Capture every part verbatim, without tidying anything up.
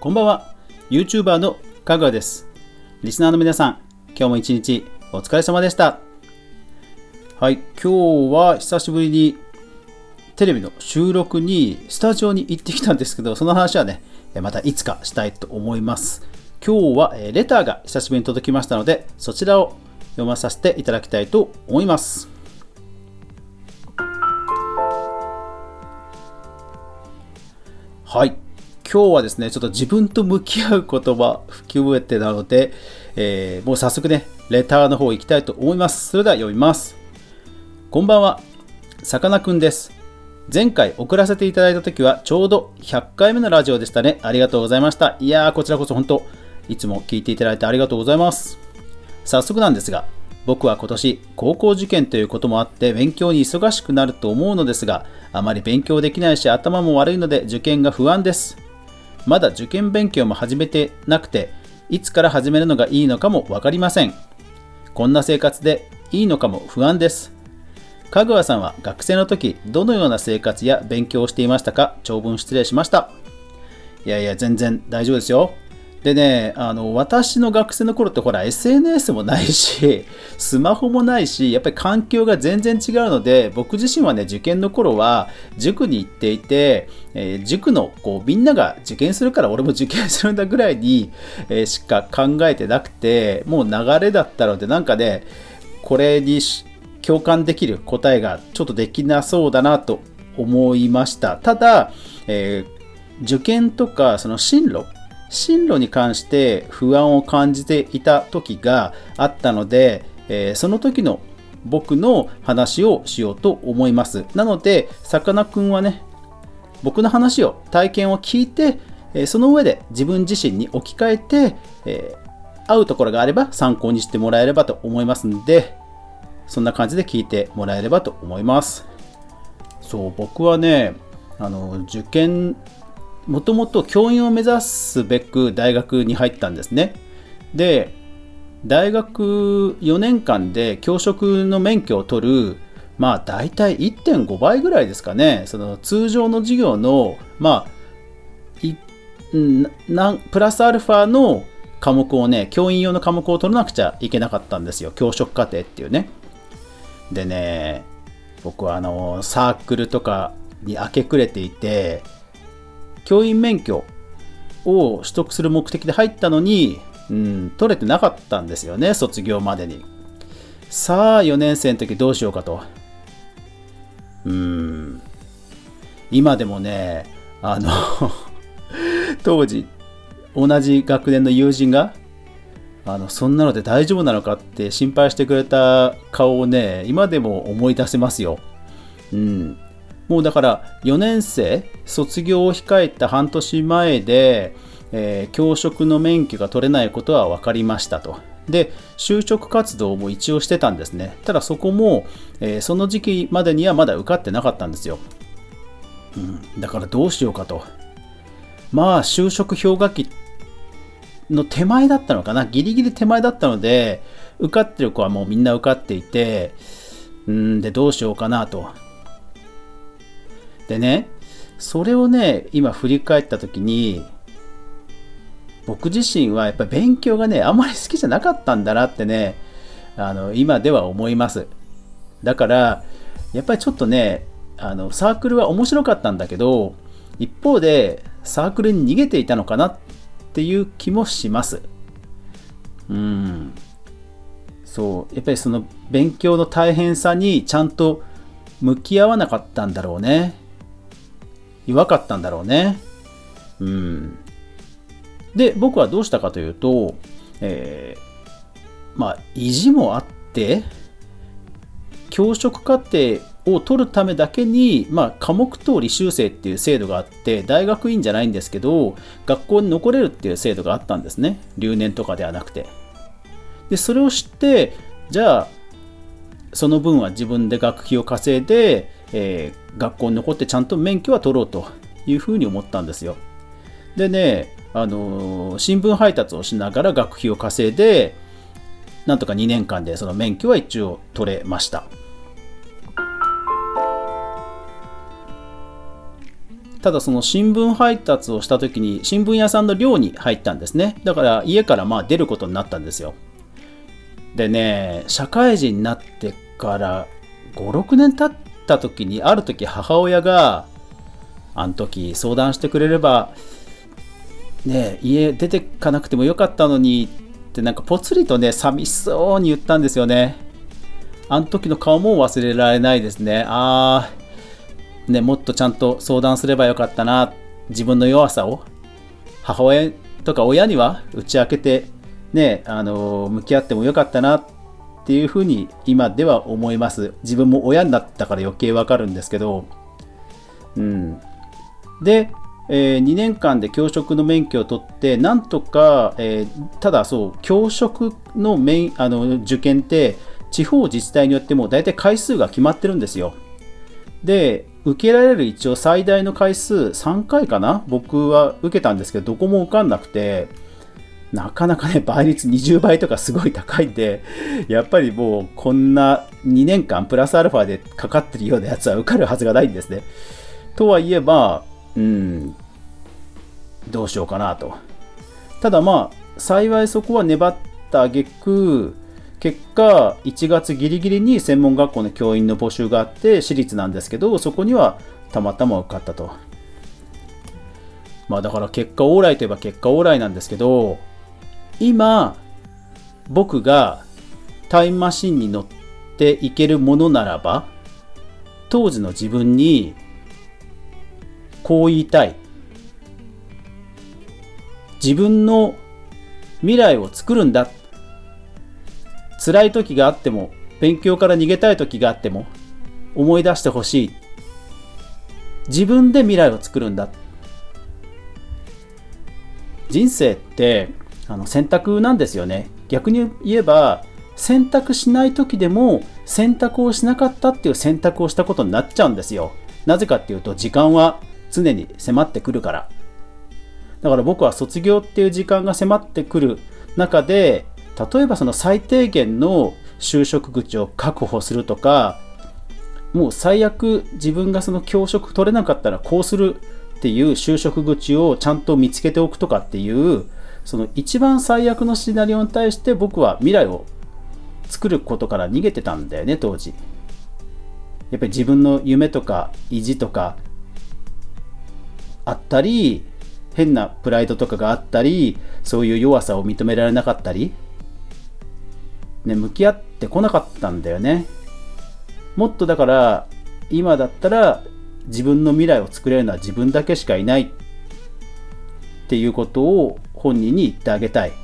こんばんは。 YouTuber のかぐわです。リスナーの皆さん、今日も一日お疲れ様でした。はい、今日は久しぶりにテレビの収録にスタジオに行ってきたんですけど、その話はね、またいつかしたいと思います。今日はレターが久しぶりに届きましたので、そちらを読まさせていただきたいと思います。はい、今日はですね、ちょっと自分と向き合う言葉含めてなので、えー、もう早速ね、レターの方行きたいと思います。それでは読みます。こんばんは、さかなクンです。前回送らせていただいた時はちょうどひゃっかいめのラジオでしたね。ありがとうございました。いやー、こちらこそ本当いつも聞いていただいてありがとうございます。早速なんですが、僕は今年高校受験ということもあって勉強に忙しくなると思うのですが、あまり勉強できないし頭も悪いので受験が不安です。まだ受験勉強も始めてなくて、いつから始めるのがいいのかも分かりません。こんな生活でいいのかも不安です。かぐわさんは学生の時どのような生活や勉強をしていましたか？長文失礼しました。いやいや、全然大丈夫ですよ。でね、あの私の学生の頃ってほら エスエヌエス もないしスマホもないし、やっぱり環境が全然違うので、僕自身はね、受験の頃は塾に行っていて、えー、塾のこうみんなが受験するから俺も受験するんだぐらいに、えー、しか考えてなくて、もう流れだったので、なんかね、これに共感できる答えがちょっとできなそうだなと思いました。ただ、えー、受験とかその進路進路に関して不安を感じていた時があったので、えー、その時の僕の話をしようと思います。なので、さかなクンはね、僕の話を、体験を聞いて、えー、その上で自分自身に置き換えて、えー、合うところがあれば参考にしてもらえればと思いますので、そんな感じで聞いてもらえればと思います。そう、僕はね、あの受験もともと教員を目指すべく大学に入ったんですね。で、大学よねんかんで教職の免許を取る、まあ大体 いってんご 倍ぐらいですかね。その通常の授業の、まあ、いなプラスアルファの科目をね、教員用の科目を取らなくちゃいけなかったんですよ。教職課程っていうね。でね、僕はあのサークルとかに明け暮れていて、教員免許を取得する目的で入ったのに、うん、取れてなかったんですよね、卒業までに。さあ、よねん生の時どうしようかと。うーん、今でもね、あの当時同じ学年の友人があのそんなので大丈夫なのかって心配してくれた顔をね、今でも思い出せますよ。うん、もうだからよねん生卒業を控えた半年前で、えー、教職の免許が取れないことは分かりましたと。で、就職活動も一応してたんですね。ただそこも、えー、その時期までにはまだ受かってなかったんですよ。うん、だからどうしようかと。まあ就職氷河期の手前だったのかな、ギリギリ手前だったので、受かってる子はもうみんな受かっていて、うんでどうしようかなと。でね、それをね、今振り返った時に、僕自身はやっぱり勉強がね、あんまり好きじゃなかったんだなってね、あの今では思います。だからやっぱりちょっとね、あのサークルは面白かったんだけど、一方でサークルに逃げていたのかなっていう気もします。うん、そう、やっぱりその勉強の大変さにちゃんと向き合わなかったんだろうね。弱かったんだろうね。うん。で、僕はどうしたかというと、えー、まあ意地もあって教職課程を取るためだけに、まあ、科目等履修生っていう制度があって、大学院じゃないんですけど学校に残れるっていう制度があったんですね。留年とかではなくて。で、それを知って、じゃあその分は自分で学費を稼いで、えー、学校に残ってちゃんと免許は取ろうというふうに思ったんですよ。でね、あのー、新聞配達をしながら学費を稼いで、なんとかにねんかんでその免許は一応取れました。 ただその新聞配達をした時に新聞屋さんの寮に入ったんですね。だから家からまあ出ることになったんですよ。でね、社会人になってからご、ろくねん経った時に、ある時母親があの時相談してくれればね、家出てかなくてもよかったのにってなんかぽつりとね寂しそうに言ったんですよね。あの時の顔も忘れられないですね。あーね、もっとちゃんと相談すればよかったな、自分の弱さを母親とか親には打ち明けてね、あの向き合ってもよかったなっていうふうに今では思います。自分も親になったから余計わかるんですけど、うん、で、えー、にねんかんで教職の免許を取ってなんとか、えー、ただそう教職の免あの受験って地方自治体によっても大体回数が決まってるんですよ。で受けられる一応最大の回数さんかいかな、僕は受けたんですけどどこも受かんなくて、なかなかね倍率にじゅうばいとかすごい高いんで、やっぱりもうこんなにねんかんプラスアルファでかかってるようなやつは受かるはずがないんですね。とはいえば、うん、どうしようかなと。ただまあ幸いそこは粘った挙句、結果いちがつギリギリに専門学校の教員の募集があって私立なんですけど、そこにはたまたま受かったと。まあだから結果オーライといえば結果オーライなんですけど、今僕がタイムマシンに乗っていけるものならば、当時の自分にこう言いたい。自分の未来を作るんだ。辛い時があっても、勉強から逃げたい時があっても思い出してほしい。自分で未来を作るんだ。人生ってあの選択なんですよね。逆に言えば選択しない時でも選択をしなかったっていう選択をしたことになっちゃうんですよ。なぜかっていうと時間は常に迫ってくるから。だから僕は卒業っていう時間が迫ってくる中で、例えばその最低限の就職口を確保するとか、もう最悪自分がその教職取れなかったらこうするっていう就職口をちゃんと見つけておくとかっていう、その一番最悪のシナリオに対して僕は未来を作ることから逃げてたんだよね、当時。やっぱり自分の夢とか意地とかあったり、変なプライドとかがあったり、そういう弱さを認められなかったり、ね、向き合ってこなかったんだよね。もっとだから今だったら自分の未来を作れるのは自分だけしかいないっていうことを本人に言ってあげたい。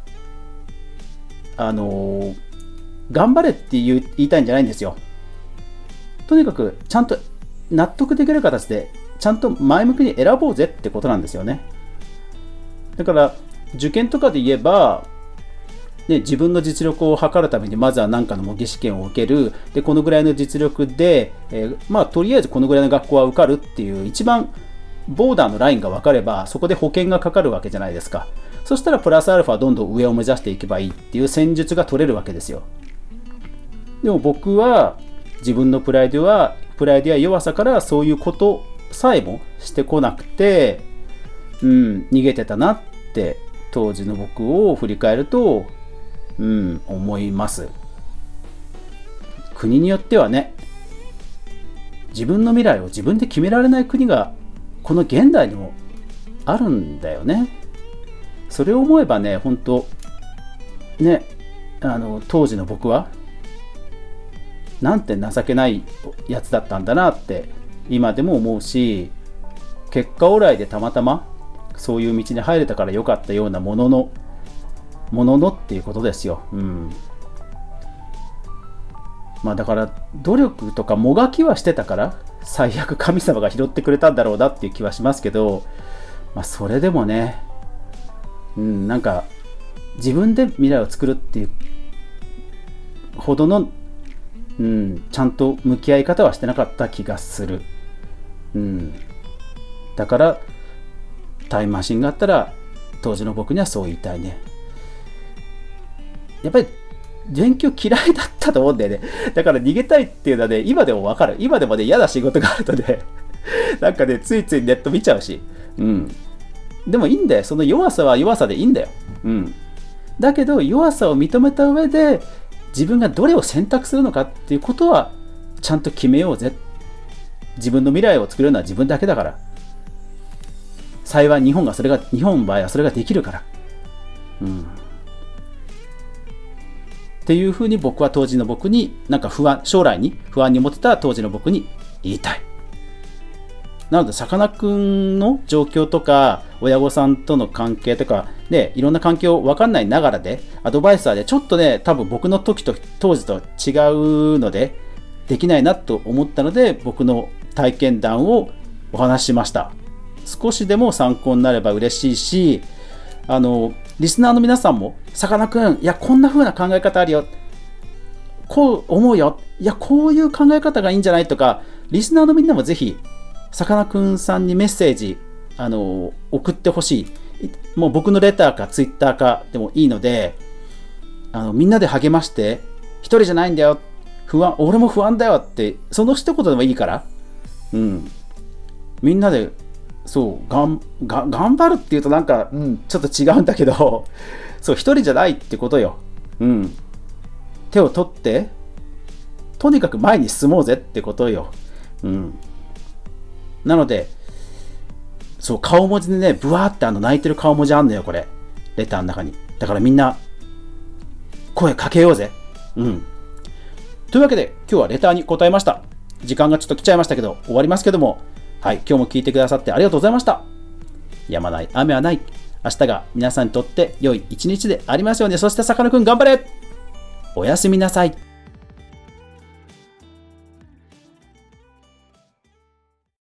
あの頑張れって言う言いたいんじゃないんですよ。とにかくちゃんと納得できる形でちゃんと前向きに選ぼうぜってことなんですよね。だから受験とかで言えば、ね、自分の実力を測るためにまずは何かの模擬試験を受ける。でこのぐらいの実力で、えー、まあとりあえずこのぐらいの学校は受かるっていう一番ボーダーのラインが分かれば、そこで保険がかかるわけじゃないですか。そしたらプラスアルファどんどん上を目指していけばいいっていう戦術が取れるわけですよ。でも僕は自分のプライドはプライドや弱さからそういうことさえもしてこなくて、うん、逃げてたなって当時の僕を振り返ると、うん、思います。国によってはね、自分の未来を自分で決められない国がこの現代にもあるんだよね。それを思えばね、本当ね、あの当時の僕はなんて情けないやつだったんだなって今でも思うし、結果オーライでたまたまそういう道に入れたから良かったようなもののもののっていうことですよ。うん。まあだから努力とかもがきはしてたから最悪神様が拾ってくれたんだろうなっていう気はしますけど、まあそれでもね、うん、なんか自分で未来を作るっていうほどの、うん、ちゃんと向き合い方はしてなかった気がする。うん。だからタイムマシンがあったら当時の僕にはそう言いたいね。やっぱり勉強嫌いだったと思うんだよね。だから逃げたいっていうのはね、今でもわかる。今でもね、嫌な仕事があるとねなんかね、ついついネット見ちゃうし。うん。でもいいんだよ。その弱さは弱さでいいんだよ。うん。だけど、弱さを認めた上で、自分がどれを選択するのかっていうことは、ちゃんと決めようぜ。自分の未来を作るのは自分だけだから。幸い日本がそれが、日本の場合はそれができるから。うん。っていうふうに僕は当時の僕に、なんか不安、将来に不安に思ってた当時の僕に言いたい。なので、さかなクンの状況とか、親御さんとの関係とか、ね、いろんな環境分かんないながらで、アドバイザーでちょっとね、多分僕の時と当時と違うので、できないなと思ったので、僕の体験談をお話ししました。少しでも参考になれば嬉しいし、あの、リスナーの皆さんも、さかなクン、いや、こんな風な考え方あるよ。こう思うよ。いや、こういう考え方がいいんじゃないとか、リスナーのみんなもぜひ、さかなクンさんにメッセージ、あの、送ってほしい。もう僕のレターかツイッターかでもいいので、あの、みんなで励まして、一人じゃないんだよ。不安、俺も不安だよって、その一言でもいいから、うん。みんなで、そう、がん、が、頑張るっていうとなんか、うん、ちょっと違うんだけど、そう、一人じゃないってことよ。うん。手を取って、とにかく前に進もうぜってことよ。うん。なので、そう、顔文字でね、ブワーってあの泣いてる顔文字あんのよ、これ。レターの中に。だからみんな、声かけようぜ。うん。というわけで、今日はレターに答えました。時間がちょっと来ちゃいましたけど、終わりますけども、はい、今日も聞いてくださってありがとうございました。止まない雨はない。明日が皆さんにとって良い一日でありますように。そしてさかなクン頑張れ。おやすみなさい。